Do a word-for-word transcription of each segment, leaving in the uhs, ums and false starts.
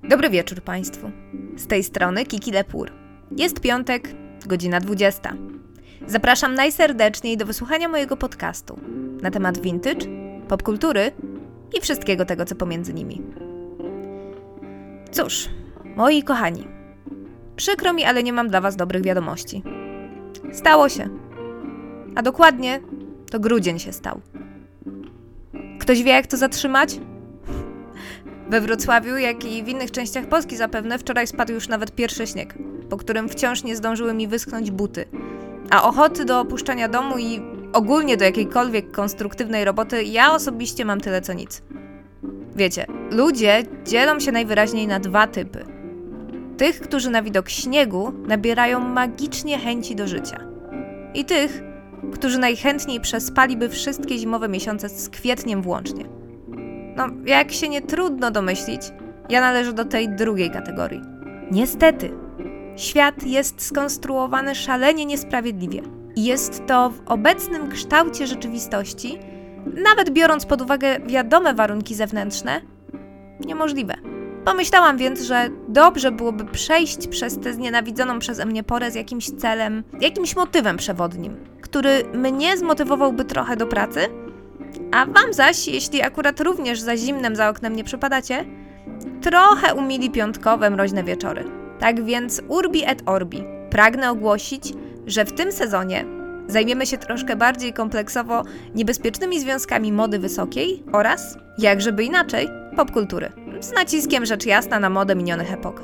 Dobry wieczór Państwu. Z tej strony Kiki Lepur. Jest piątek, godzina dwudziesta. Zapraszam najserdeczniej do wysłuchania mojego podcastu na temat vintage, popkultury i wszystkiego tego, co pomiędzy nimi. Cóż, moi kochani, przykro mi, ale nie mam dla Was dobrych wiadomości. Stało się. A dokładnie to grudzień się stał. Ktoś wie, jak to zatrzymać? We Wrocławiu, jak i w innych częściach Polski zapewne, wczoraj spadł już nawet pierwszy śnieg, po którym wciąż nie zdążyły mi wyschnąć buty. A ochoty do opuszczania domu i ogólnie do jakiejkolwiek konstruktywnej roboty ja osobiście mam tyle co nic. Wiecie, ludzie dzielą się najwyraźniej na dwa typy. Tych, którzy na widok śniegu nabierają magicznie chęci do życia. I tych, którzy najchętniej przespaliby wszystkie zimowe miesiące z kwietniem włącznie. No, jak się nie trudno domyślić, ja należę do tej drugiej kategorii. Niestety, świat jest skonstruowany szalenie niesprawiedliwie. I jest to w obecnym kształcie rzeczywistości, nawet biorąc pod uwagę wiadome warunki zewnętrzne, niemożliwe. Pomyślałam więc, że dobrze byłoby przejść przez tę znienawidzoną przeze mnie porę z jakimś celem, jakimś motywem przewodnim, który mnie zmotywowałby trochę do pracy, a wam zaś, jeśli akurat również za zimnem za oknem nie przypadacie, trochę umili piątkowe, mroźne wieczory. Tak więc urbi et orbi pragnę ogłosić, że w tym sezonie zajmiemy się troszkę bardziej kompleksowo niebezpiecznymi związkami mody wysokiej oraz, jakżeby inaczej, popkultury. Z naciskiem rzecz jasna na modę minionych epok.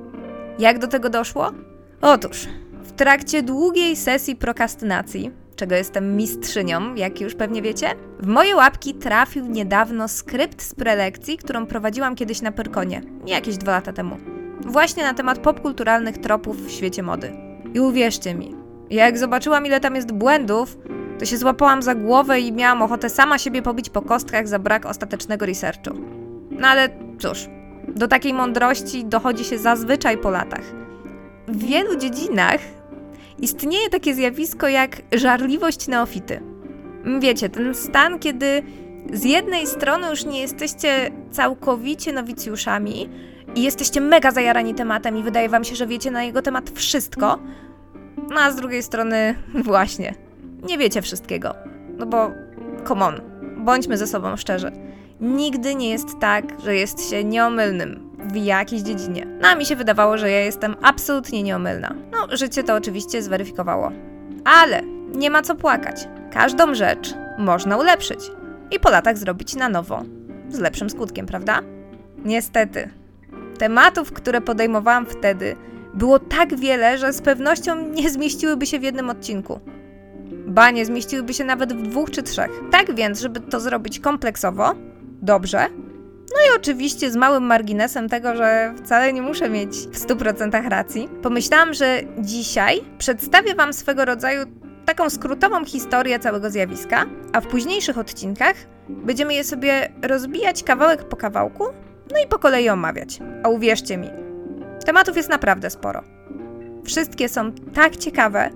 Jak do tego doszło? Otóż, w trakcie długiej sesji prokrastynacji, czego jestem mistrzynią, jak już pewnie wiecie, w moje łapki trafił niedawno skrypt z prelekcji, którą prowadziłam kiedyś na Pyrkonie, jakieś dwa lata temu. Właśnie na temat popkulturalnych tropów w świecie mody. I uwierzcie mi, jak zobaczyłam, ile tam jest błędów, to się złapałam za głowę i miałam ochotę sama siebie pobić po kostkach za brak ostatecznego researchu. No ale cóż, do takiej mądrości dochodzi się zazwyczaj po latach. W wielu dziedzinach istnieje takie zjawisko jak żarliwość neofity. Wiecie, ten stan, kiedy z jednej strony już nie jesteście całkowicie nowicjuszami i jesteście mega zajarani tematem i wydaje wam się, że wiecie na jego temat wszystko, no a z drugiej strony właśnie, nie wiecie wszystkiego. No bo, come on, bądźmy ze sobą szczerzy. Nigdy nie jest tak, że jest się nieomylnym w jakiejś dziedzinie. No a mi się wydawało, że ja jestem absolutnie nieomylna. No, życie to oczywiście zweryfikowało. Ale nie ma co płakać. Każdą rzecz można ulepszyć. I po latach zrobić na nowo. Z lepszym skutkiem, prawda? Niestety. Tematów, które podejmowałam wtedy, było tak wiele, że z pewnością nie zmieściłyby się w jednym odcinku. Ba, nie zmieściłyby się nawet w dwóch czy trzech. Tak więc, żeby to zrobić kompleksowo, dobrze, no i oczywiście z małym marginesem tego, że wcale nie muszę mieć w stu procentach racji, pomyślałam, że dzisiaj przedstawię wam swego rodzaju taką skrótową historię całego zjawiska, a w późniejszych odcinkach będziemy je sobie rozbijać kawałek po kawałku, no i po kolei omawiać. A uwierzcie mi, tematów jest naprawdę sporo. Wszystkie są tak ciekawe,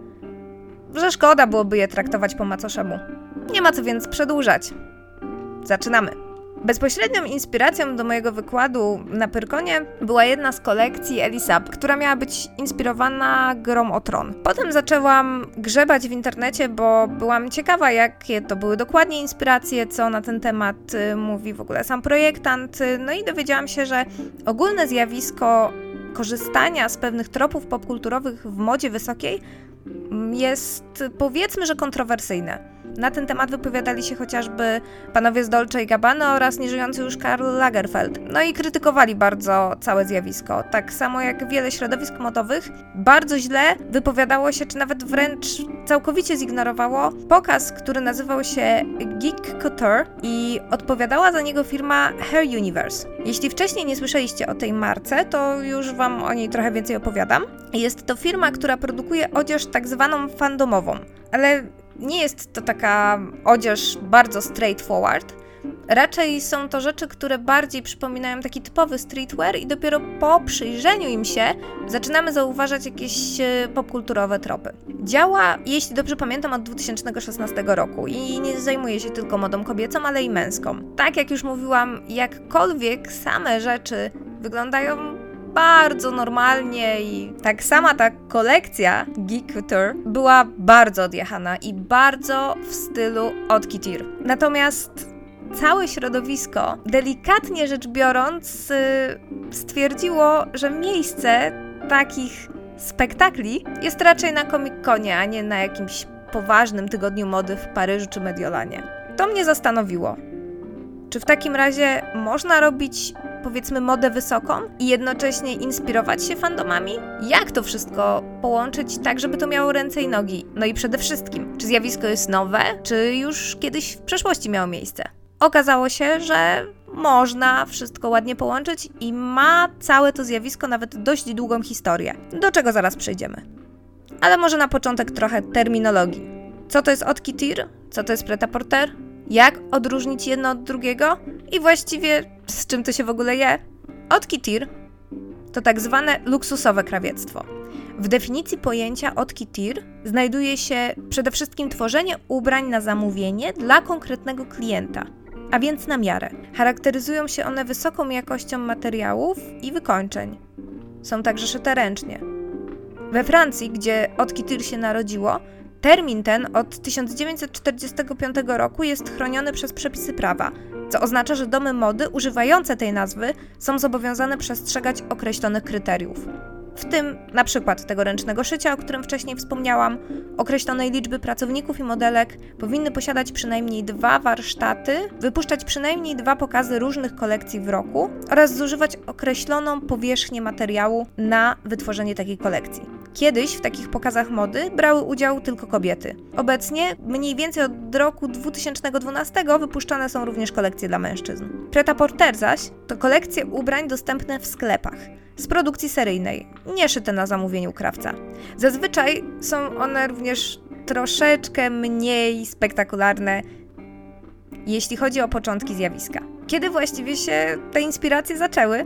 że szkoda byłoby je traktować po macoszemu. Nie ma co więc przedłużać. Zaczynamy. Bezpośrednią inspiracją do mojego wykładu na Pyrkonie była jedna z kolekcji Elisab, która miała być inspirowana grą o Tron. Potem zaczęłam grzebać w internecie, bo byłam ciekawa, jakie to były dokładnie inspiracje, co na ten temat y, mówi w ogóle sam projektant. No i dowiedziałam się, że ogólne zjawisko korzystania z pewnych tropów popkulturowych w modzie wysokiej jest, powiedzmy, że kontrowersyjne. Na ten temat wypowiadali się chociażby panowie z Dolce and Gabbana oraz nieżyjący już Karl Lagerfeld. No i krytykowali bardzo całe zjawisko. Tak samo jak wiele środowisk modowych, bardzo źle wypowiadało się, czy nawet wręcz całkowicie zignorowało pokaz, który nazywał się Geek Couture i odpowiadała za niego firma Hair Universe. Jeśli wcześniej nie słyszeliście o tej marce, to już wam o niej trochę więcej opowiadam. Jest to firma, która produkuje odzież tak zwaną fandomową, ale nie jest to taka odzież bardzo straightforward. Raczej są to rzeczy, które bardziej przypominają taki typowy streetwear i dopiero po przyjrzeniu im się zaczynamy zauważać jakieś popkulturowe tropy. Działa, jeśli dobrze pamiętam, od dwa tysiące szesnastego roku i nie zajmuje się tylko modą kobiecą, ale i męską. Tak jak już mówiłam, jakkolwiek same rzeczy wyglądają bardzo normalnie i tak sama ta kolekcja Geek Couture była bardzo odjechana i bardzo w stylu haute couture. Natomiast całe środowisko, delikatnie rzecz biorąc, stwierdziło, że miejsce takich spektakli jest raczej na Comic-Conie, a nie na jakimś poważnym tygodniu mody w Paryżu czy Mediolanie. To mnie zastanowiło. Czy w takim razie można robić, powiedzmy, modę wysoką i jednocześnie inspirować się fandomami? Jak to wszystko połączyć tak, żeby to miało ręce i nogi? No i przede wszystkim, czy zjawisko jest nowe, czy już kiedyś w przeszłości miało miejsce? Okazało się, że można wszystko ładnie połączyć i ma całe to zjawisko nawet dość długą historię, do czego zaraz przejdziemy. Ale może na początek trochę terminologii. Co to jest haute couture? Co to jest prêt-à-porter? Jak odróżnić jedno od drugiego? I właściwie z czym to się w ogóle je? Haute couture to tak zwane luksusowe krawiectwo. W definicji pojęcia haute couture znajduje się przede wszystkim tworzenie ubrań na zamówienie dla konkretnego klienta, a więc na miarę. Charakteryzują się one wysoką jakością materiałów i wykończeń. Są także szyte ręcznie. We Francji, gdzie haute couture się narodziło, termin ten od tysiąc dziewięćset czterdziestego piątego roku jest chroniony przez przepisy prawa, co oznacza, że domy mody używające tej nazwy są zobowiązane przestrzegać określonych kryteriów. W tym na przykład tego ręcznego szycia, o którym wcześniej wspomniałam, określonej liczby pracowników i modelek, powinny posiadać przynajmniej dwa warsztaty, wypuszczać przynajmniej dwa pokazy różnych kolekcji w roku oraz zużywać określoną powierzchnię materiału na wytworzenie takiej kolekcji. Kiedyś w takich pokazach mody brały udział tylko kobiety. Obecnie, mniej więcej od roku dwa tysiące dwunastego, wypuszczane są również kolekcje dla mężczyzn. Prêt-à-porter zaś to kolekcje ubrań dostępne w sklepach, z produkcji seryjnej, nie szyte na zamówienie u krawca. Zazwyczaj są one również troszeczkę mniej spektakularne, jeśli chodzi o początki zjawiska. Kiedy właściwie się te inspiracje zaczęły?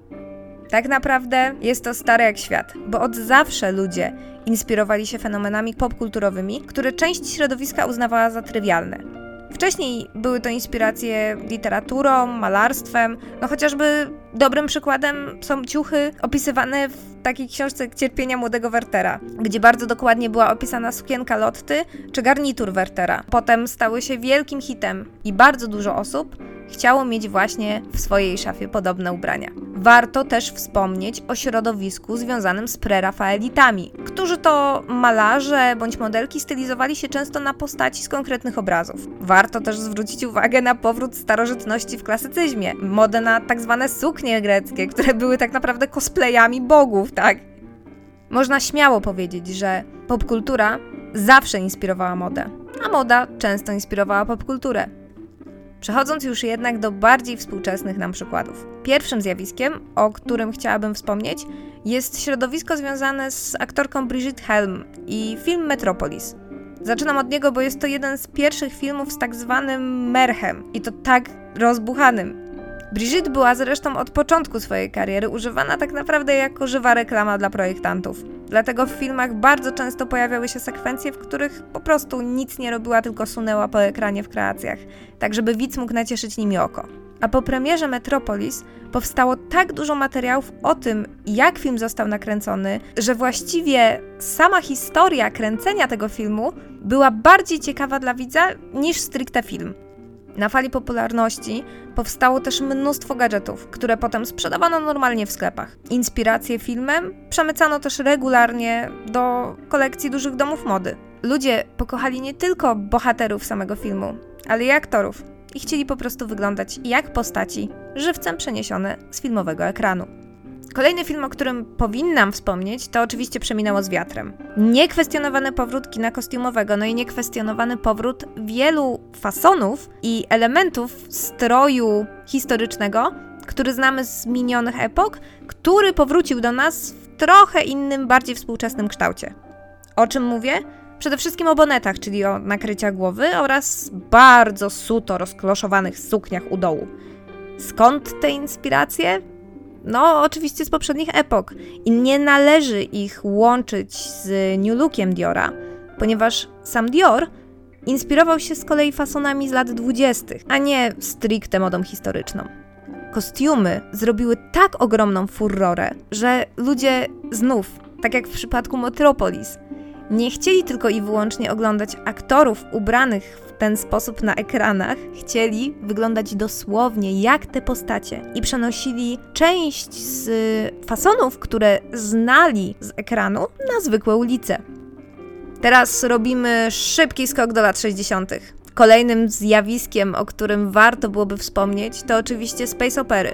Tak naprawdę jest to stare jak świat, bo od zawsze ludzie inspirowali się fenomenami popkulturowymi, które część środowiska uznawała za trywialne. Wcześniej były to inspiracje literaturą, malarstwem, no chociażby dobrym przykładem są ciuchy opisywane w takiej książce jak Cierpienia młodego Wertera, gdzie bardzo dokładnie była opisana sukienka Lotty czy garnitur Wertera. Potem stały się wielkim hitem i bardzo dużo osób chciało mieć właśnie w swojej szafie podobne ubrania. Warto też wspomnieć o środowisku związanym z prerafaelitami, którzy to malarze bądź modelki stylizowali się często na postaci z konkretnych obrazów. Warto też zwrócić uwagę na powrót starożytności w klasycyzmie, modę na tak zwane suknie greckie, które były tak naprawdę cosplayami bogów, tak? Można śmiało powiedzieć, że popkultura zawsze inspirowała modę, a moda często inspirowała popkulturę. Przechodząc już jednak do bardziej współczesnych nam przykładów. Pierwszym zjawiskiem, o którym chciałabym wspomnieć, jest środowisko związane z aktorką Brigitte Helm i film Metropolis. Zaczynam od niego, bo jest to jeden z pierwszych filmów z tak zwanym merchem i to tak rozbuchanym. Brigitte była zresztą od początku swojej kariery używana tak naprawdę jako żywa reklama dla projektantów. Dlatego w filmach bardzo często pojawiały się sekwencje, w których po prostu nic nie robiła, tylko sunęła po ekranie w kreacjach, tak żeby widz mógł nacieszyć nimi oko. A po premierze Metropolis powstało tak dużo materiałów o tym, jak film został nakręcony, że właściwie sama historia kręcenia tego filmu była bardziej ciekawa dla widza niż stricte film. Na fali popularności powstało też mnóstwo gadżetów, które potem sprzedawano normalnie w sklepach. Inspiracje filmem przemycano też regularnie do kolekcji dużych domów mody. Ludzie pokochali nie tylko bohaterów samego filmu, ale i aktorów i chcieli po prostu wyglądać jak postaci żywcem przeniesione z filmowego ekranu. Kolejny film, o którym powinnam wspomnieć, to oczywiście Przeminęło z wiatrem. Niekwestionowany powrót kina kostiumowego, no i niekwestionowany powrót wielu fasonów i elementów stroju historycznego, który znamy z minionych epok, który powrócił do nas w trochę innym, bardziej współczesnym kształcie. O czym mówię? Przede wszystkim o bonetach, czyli o nakryciach głowy oraz bardzo suto rozkloszowanych sukniach u dołu. Skąd te inspiracje? No, oczywiście z poprzednich epok i nie należy ich łączyć z New Lookiem Diora, ponieważ sam Dior inspirował się z kolei fasonami z lat dwudziestych, a nie stricte modą historyczną. kostiumy zrobiły tak ogromną furorę, że ludzie znów, tak jak w przypadku Metropolis, nie chcieli tylko i wyłącznie oglądać aktorów ubranych w ten sposób na ekranach, chcieli wyglądać dosłownie jak te postacie i przenosili część z fasonów, które znali z ekranu, na zwykłe ulice. Teraz robimy szybki skok do lat sześćdziesiątych. Kolejnym zjawiskiem, o którym warto byłoby wspomnieć, to oczywiście space opery.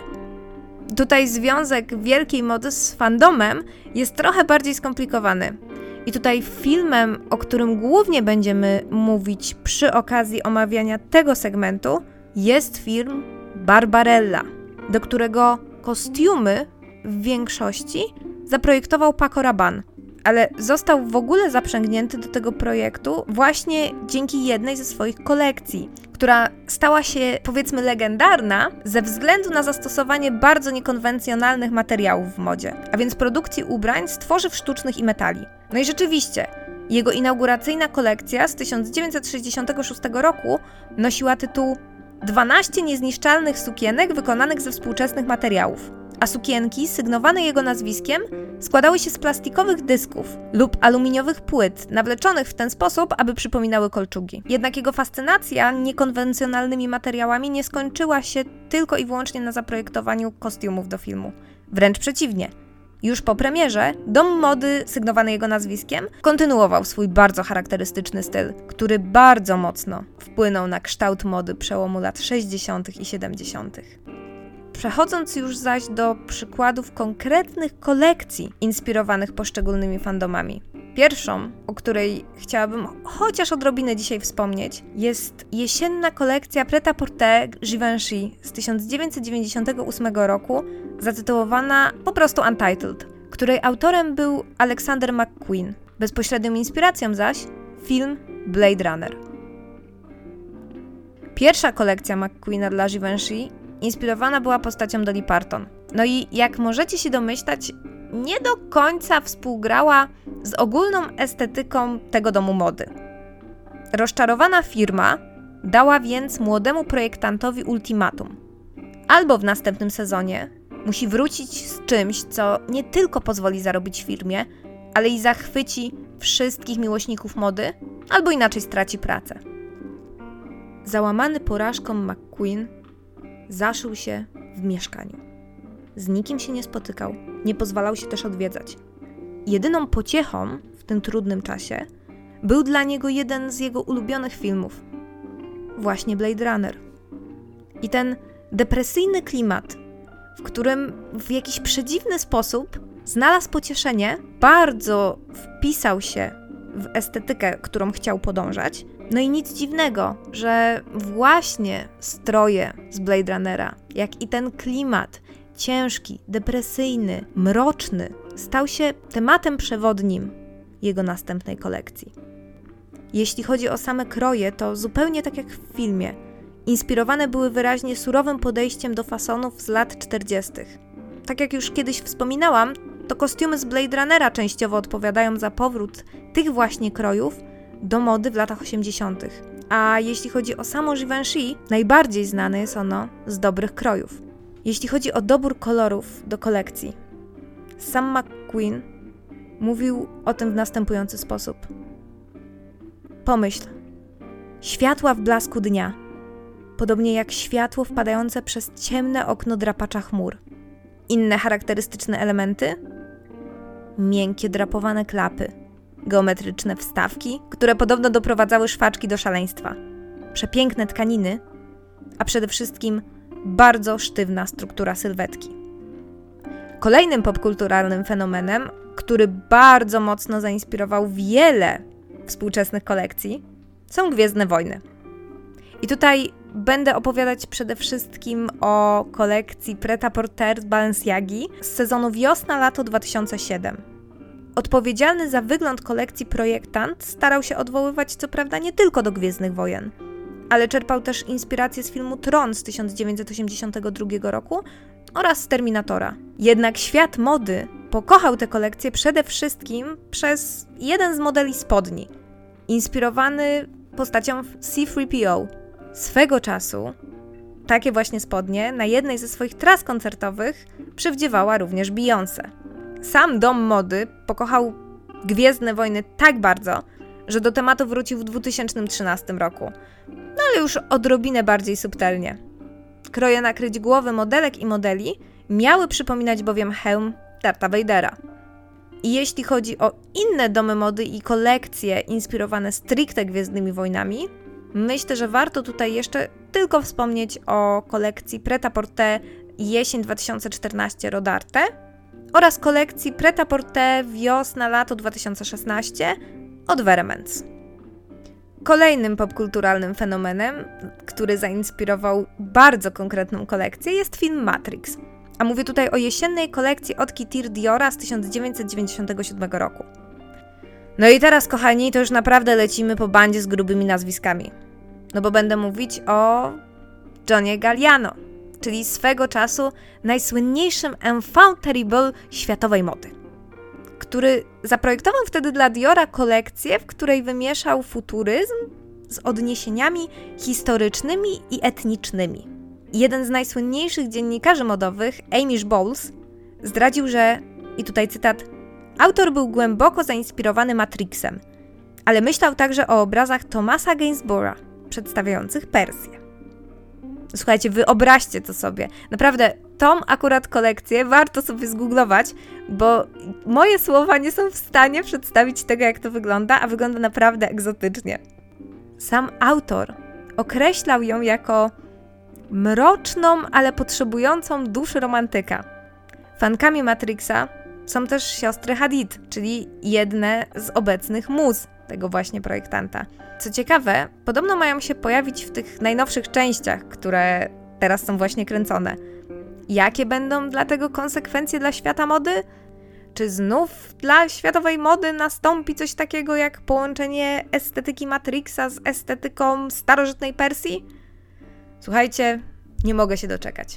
Tutaj związek wielkiej mody z fandomem jest trochę bardziej skomplikowany. I tutaj filmem, o którym głównie będziemy mówić przy okazji omawiania tego segmentu, jest film Barbarella, do którego kostiumy w większości zaprojektował Paco Rabanne, ale został w ogóle zaprzęgnięty do tego projektu właśnie dzięki jednej ze swoich kolekcji, która stała się, powiedzmy, legendarna ze względu na zastosowanie bardzo niekonwencjonalnych materiałów w modzie, a więc produkcji ubrań z tworzyw sztucznych i metali. No i rzeczywiście, jego inauguracyjna kolekcja z tysiąc dziewięćset sześćdziesiątego szóstego roku nosiła tytuł dwanaście niezniszczalnych sukienek wykonanych ze współczesnych materiałów, a sukienki sygnowane jego nazwiskiem składały się z plastikowych dysków lub aluminiowych płyt, nawleczonych w ten sposób, aby przypominały kolczugi. Jednak jego fascynacja niekonwencjonalnymi materiałami nie skończyła się tylko i wyłącznie na zaprojektowaniu kostiumów do filmu. Wręcz przeciwnie. Już po premierze dom mody sygnowany jego nazwiskiem kontynuował swój bardzo charakterystyczny styl, który bardzo mocno wpłynął na kształt mody przełomu lat sześćdziesiątych i siedemdziesiątych. Przechodząc już zaś do przykładów konkretnych kolekcji inspirowanych poszczególnymi fandomami. Pierwszą, o której chciałabym chociaż odrobinę dzisiaj wspomnieć, jest jesienna kolekcja Pret-à-Porter Givenchy z tysiąc dziewięćset dziewięćdziesiątego ósmego roku, zatytułowana po prostu Untitled, której autorem był Alexander McQueen. Bezpośrednią inspiracją zaś film Blade Runner. Pierwsza kolekcja McQueena dla Givenchy inspirowana była postacią Dolly Parton. No i jak możecie się domyślać, nie do końca współgrała z ogólną estetyką tego domu mody. Rozczarowana firma dała więc młodemu projektantowi ultimatum. Albo w następnym sezonie musi wrócić z czymś, co nie tylko pozwoli zarobić firmie, ale i zachwyci wszystkich miłośników mody, albo inaczej straci pracę. Załamany porażką McQueen zaszył się w mieszkaniu. Z nikim się nie spotykał, nie pozwalał się też odwiedzać. Jedyną pociechą w tym trudnym czasie był dla niego jeden z jego ulubionych filmów, właśnie Blade Runner. I ten depresyjny klimat, w którym w jakiś przedziwny sposób znalazł pocieszenie, bardzo wpisał się w estetykę, którą chciał podążać. No i nic dziwnego, że właśnie stroje z Blade Runnera, jak i ten klimat ciężki, depresyjny, mroczny, stał się tematem przewodnim jego następnej kolekcji. Jeśli chodzi o same kroje, to zupełnie tak jak w filmie, inspirowane były wyraźnie surowym podejściem do fasonów z lat czterdziestych. Tak jak już kiedyś wspominałam, to kostiumy z Blade Runnera częściowo odpowiadają za powrót tych właśnie krojów do mody w latach osiemdziesiątych. A jeśli chodzi o samo Givenchy, najbardziej znane jest ono z dobrych krojów. Jeśli chodzi o dobór kolorów do kolekcji, sam McQueen mówił o tym w następujący sposób. Pomyśl, światła w blasku dnia, podobnie jak światło wpadające przez ciemne okno drapacza chmur. Inne charakterystyczne elementy? Miękkie drapowane klapy, geometryczne wstawki, które podobno doprowadzały szwaczki do szaleństwa, przepiękne tkaniny, a przede wszystkim bardzo sztywna struktura sylwetki. Kolejnym popkulturalnym fenomenem, który bardzo mocno zainspirował wiele współczesnych kolekcji, są Gwiezdne Wojny. I tutaj będę opowiadać przede wszystkim o kolekcji Pret-à-Porter z Balenciagi z sezonu wiosna-lato dwa tysiące siódmego. Odpowiedzialny za wygląd kolekcji projektant starał się odwoływać co prawda nie tylko do Gwiezdnych Wojen, ale czerpał też inspirację z filmu Tron z tysiąc dziewięćset osiemdziesiątego drugiego roku oraz z Terminatora. Jednak świat mody pokochał tę kolekcję przede wszystkim przez jeden z modeli spodni, inspirowany postacią C trzy P O. Swego czasu takie właśnie spodnie na jednej ze swoich tras koncertowych przywdziewała również Beyoncé. Sam dom mody pokochał Gwiezdne Wojny tak bardzo, że do tematu wrócił w dwa tysiące trzynastym roku. No ale już odrobinę bardziej subtelnie. Kroje nakryć głowy modelek i modeli miały przypominać bowiem hełm Dartha Vadera. I jeśli chodzi o inne domy mody i kolekcje inspirowane stricte Gwiezdnymi Wojnami, myślę, że warto tutaj jeszcze tylko wspomnieć o kolekcji Pret-a-Porter jesień dwa tysiące czternasty Rodarte oraz kolekcji Pret-a-Porter wiosna-lato dwa tysiące szesnasty od Verements. Kolejnym popkulturalnym fenomenem, który zainspirował bardzo konkretną kolekcję, jest film Matrix. A mówię tutaj o jesiennej kolekcji od Couture Diora z tysiąc dziewięćset dziewięćdziesiątego siódmego roku. No i teraz, kochani, to już naprawdę lecimy po bandzie z grubymi nazwiskami. No bo będę mówić o Johnie Galliano, czyli swego czasu najsłynniejszym enfant terrible światowej mody, który zaprojektował wtedy dla Diora kolekcję, w której wymieszał futuryzm z odniesieniami historycznymi i etnicznymi. Jeden z najsłynniejszych dziennikarzy modowych, Amish Bowles, zdradził, że, i tutaj cytat, autor był głęboko zainspirowany Matrixem, ale myślał także o obrazach Thomasa Gainsborough'a, przedstawiających Persję. Słuchajcie, wyobraźcie to sobie. Naprawdę, tą akurat kolekcję warto sobie zgooglować, bo moje słowa nie są w stanie przedstawić tego, jak to wygląda, a wygląda naprawdę egzotycznie. Sam autor określał ją jako mroczną, ale potrzebującą duszy romantyka. Fankami Matrixa są też siostry Hadid, czyli jedne z obecnych mus tego właśnie projektanta. Co ciekawe, podobno mają się pojawić w tych najnowszych częściach, które teraz są właśnie kręcone. Jakie będą dlatego konsekwencje dla świata mody? Czy znów dla światowej mody nastąpi coś takiego jak połączenie estetyki Matrixa z estetyką starożytnej Persji? Słuchajcie, nie mogę się doczekać.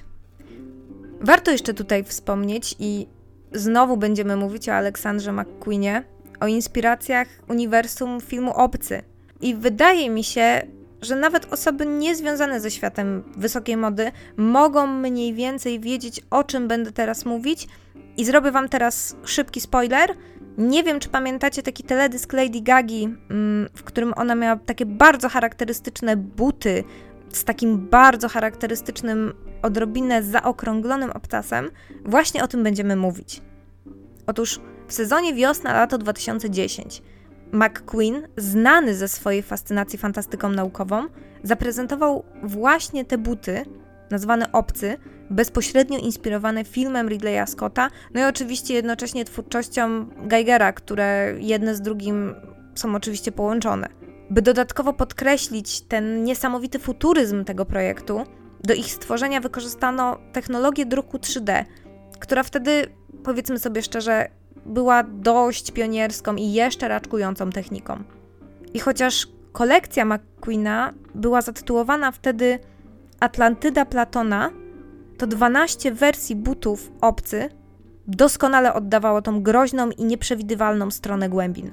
Warto jeszcze tutaj wspomnieć i znowu będziemy mówić o Alexandrze McQueenie, o inspiracjach uniwersum filmu Obcy. I wydaje mi się, że nawet osoby niezwiązane ze światem wysokiej mody mogą mniej więcej wiedzieć, o czym będę teraz mówić. I zrobię wam teraz szybki spoiler. Nie wiem, czy pamiętacie taki teledysk Lady Gagi, w którym ona miała takie bardzo charakterystyczne buty z takim bardzo charakterystycznym, odrobinę zaokrąglonym obcasem. Właśnie o tym będziemy mówić. Otóż w sezonie wiosna-lato dwa tysiące dziesiąty McQueen, znany ze swojej fascynacji fantastyką naukową, zaprezentował właśnie te buty, nazwane Obcy, bezpośrednio inspirowane filmem Ridleya Scotta, no i oczywiście jednocześnie twórczością Geigera, które jedne z drugim są oczywiście połączone. By dodatkowo podkreślić ten niesamowity futuryzm tego projektu, do ich stworzenia wykorzystano technologię druku trzy D, która wtedy, powiedzmy sobie szczerze, była dość pionierską i jeszcze raczkującą techniką. I chociaż kolekcja McQueena była zatytułowana wtedy Atlantyda Platona, to dwanaście wersji butów Obcy doskonale oddawało tą groźną i nieprzewidywalną stronę głębin.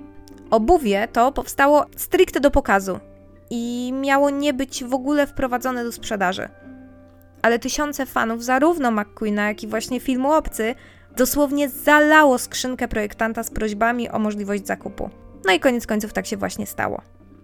Obuwie to powstało stricte do pokazu i miało nie być w ogóle wprowadzone do sprzedaży. Ale tysiące fanów zarówno McQueena, jak i właśnie filmu Obcy dosłownie zalało skrzynkę projektanta z prośbami o możliwość zakupu. No i koniec końców tak się właśnie stało.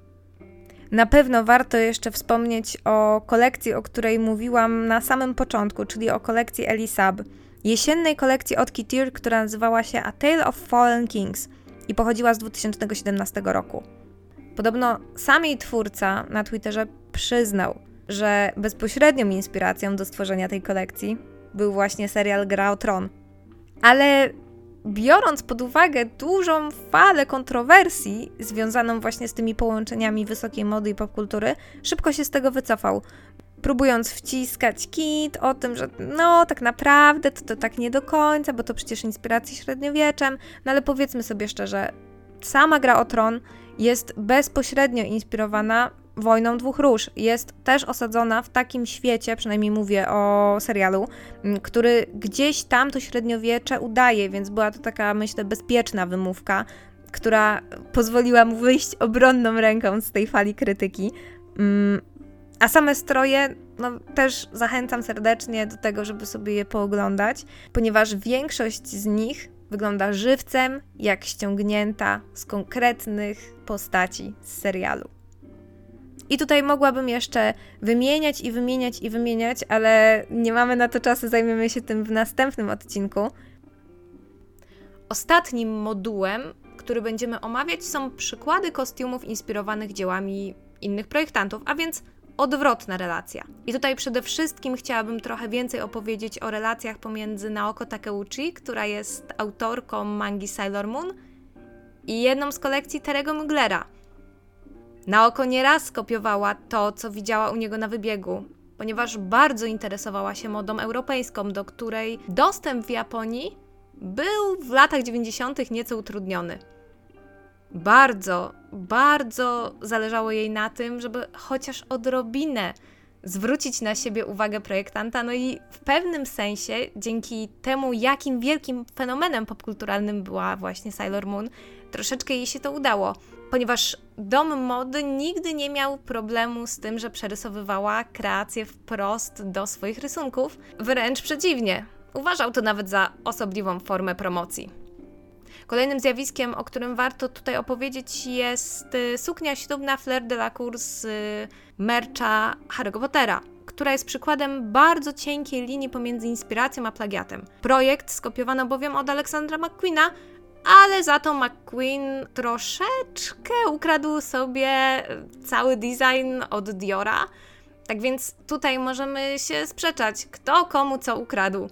Na pewno warto jeszcze wspomnieć o kolekcji, o której mówiłam na samym początku, czyli o kolekcji Elie Saab, jesiennej kolekcji od Couture, która nazywała się A Tale of Fallen Kings i pochodziła z dwa tysiące siedemnastego roku. Podobno sam jej twórca na Twitterze przyznał, że bezpośrednią inspiracją do stworzenia tej kolekcji był właśnie serial Gra o Tron. Ale biorąc pod uwagę dużą falę kontrowersji związaną właśnie z tymi połączeniami wysokiej mody i popkultury, szybko się z tego wycofał, próbując wciskać kit o tym, że no tak naprawdę to, to tak nie do końca, bo to przecież inspiracje średniowieczem, no ale powiedzmy sobie szczerze, sama Gra o Tron jest bezpośrednio inspirowana Wojną Dwóch Róż. Jest też osadzona w takim świecie, przynajmniej mówię o serialu, który gdzieś tam to średniowiecze udaje, więc była to taka, myślę, bezpieczna wymówka, która pozwoliła mu wyjść obronną ręką z tej fali krytyki. A same stroje, no też zachęcam serdecznie do tego, żeby sobie je pooglądać, ponieważ większość z nich wygląda żywcem, jak ściągnięta z konkretnych postaci z serialu. I tutaj mogłabym jeszcze wymieniać i wymieniać i wymieniać, ale nie mamy na to czasu, zajmiemy się tym w następnym odcinku. Ostatnim modułem, który będziemy omawiać, są przykłady kostiumów inspirowanych dziełami innych projektantów, a więc odwrotna relacja. I tutaj przede wszystkim chciałabym trochę więcej opowiedzieć o relacjach pomiędzy Naoko Takeuchi, która jest autorką mangi Sailor Moon, i jedną z kolekcji Terry'ego Muglera. Naoko nieraz skopiowała to, co widziała u niego na wybiegu, ponieważ bardzo interesowała się modą europejską, do której dostęp w Japonii był w latach dziewięćdziesiątych nieco utrudniony. Bardzo, bardzo zależało jej na tym, żeby chociaż odrobinę zwrócić na siebie uwagę projektanta, no i w pewnym sensie dzięki temu, jakim wielkim fenomenem popkulturalnym była właśnie Sailor Moon, troszeczkę jej się to udało, ponieważ dom mody nigdy nie miał problemu z tym, że przerysowywała kreacje wprost do swoich rysunków, wręcz przeciwnie. Uważał to nawet za osobliwą formę promocji. Kolejnym zjawiskiem, o którym warto tutaj opowiedzieć, jest suknia ślubna Fleur de la Cour z mercha Harry'ego Pottera, która jest przykładem bardzo cienkiej linii pomiędzy inspiracją a plagiatem. Projekt skopiowano bowiem od Alexandra McQueena, ale za to McQueen troszeczkę ukradł sobie cały design od Diora. Tak więc tutaj możemy się sprzeczać, kto komu co ukradł.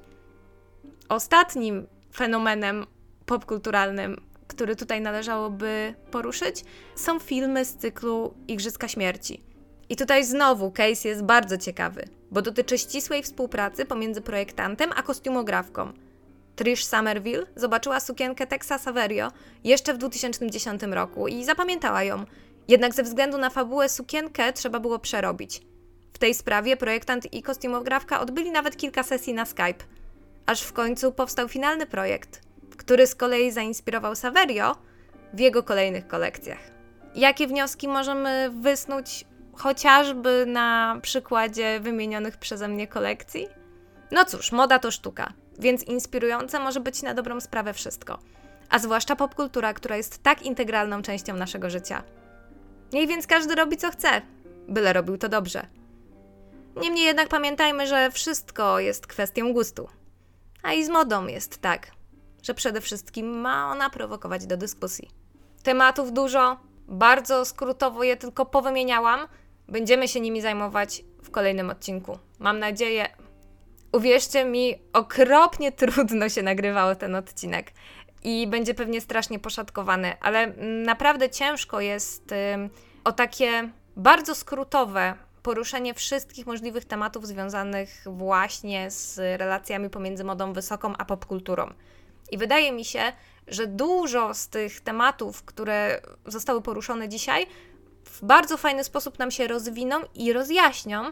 Ostatnim fenomenem popkulturalnym, który tutaj należałoby poruszyć, są filmy z cyklu Igrzyska Śmierci. I tutaj znowu case jest bardzo ciekawy, bo dotyczy ścisłej współpracy pomiędzy projektantem a kostiumografką. Trish Somerville zobaczyła sukienkę Texa Saverio jeszcze w dwa tysiące dziesiątym roku i zapamiętała ją. Jednak ze względu na fabułę sukienkę trzeba było przerobić. W tej sprawie projektant i kostiumografka odbyli nawet kilka sesji na Skype, aż w końcu powstał finalny projekt, który z kolei zainspirował Saverio w jego kolejnych kolekcjach. Jakie wnioski możemy wysnuć chociażby na przykładzie wymienionych przeze mnie kolekcji? No cóż, moda to sztuka, więc inspirujące może być na dobrą sprawę wszystko, a zwłaszcza popkultura, która jest tak integralną częścią naszego życia. Niech więc każdy robi co chce, byle robił to dobrze. Niemniej jednak pamiętajmy, że wszystko jest kwestią gustu. A i z modą jest tak, że przede wszystkim ma ona prowokować do dyskusji. Tematów dużo, bardzo skrótowo je tylko powymieniałam. Będziemy się nimi zajmować w kolejnym odcinku. Mam nadzieję. Uwierzcie mi, okropnie trudno się nagrywało ten odcinek i będzie pewnie strasznie poszatkowany, ale naprawdę ciężko jest y, o takie bardzo skrótowe poruszenie wszystkich możliwych tematów związanych właśnie z relacjami pomiędzy modą wysoką a popkulturą. I wydaje mi się, że dużo z tych tematów, które zostały poruszone dzisiaj, w bardzo fajny sposób nam się rozwiną i rozjaśnią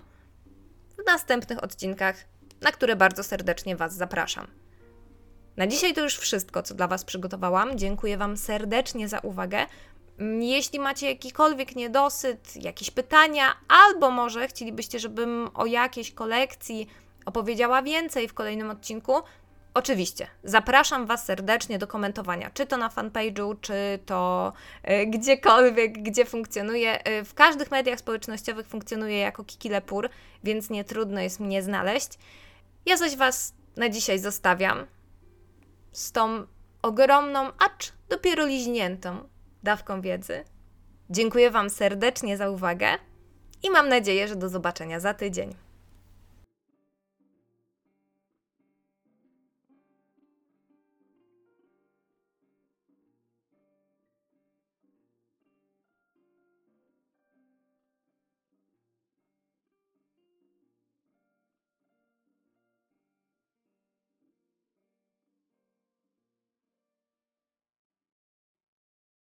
w następnych odcinkach, na które bardzo serdecznie Was zapraszam. Na dzisiaj to już wszystko, co dla Was przygotowałam. Dziękuję Wam serdecznie za uwagę. Jeśli macie jakikolwiek niedosyt, jakieś pytania, albo może chcielibyście, żebym o jakiejś kolekcji opowiedziała więcej w kolejnym odcinku, oczywiście, zapraszam Was serdecznie do komentowania, czy to na fanpage'u, czy to y, gdziekolwiek, gdzie funkcjonuję. Y, w każdych mediach społecznościowych funkcjonuję jako Kiki Lepur, więc nie trudno jest mnie znaleźć. Ja zaś Was na dzisiaj zostawiam z tą ogromną, acz dopiero liźniętą dawką wiedzy. Dziękuję Wam serdecznie za uwagę i mam nadzieję, że do zobaczenia za tydzień.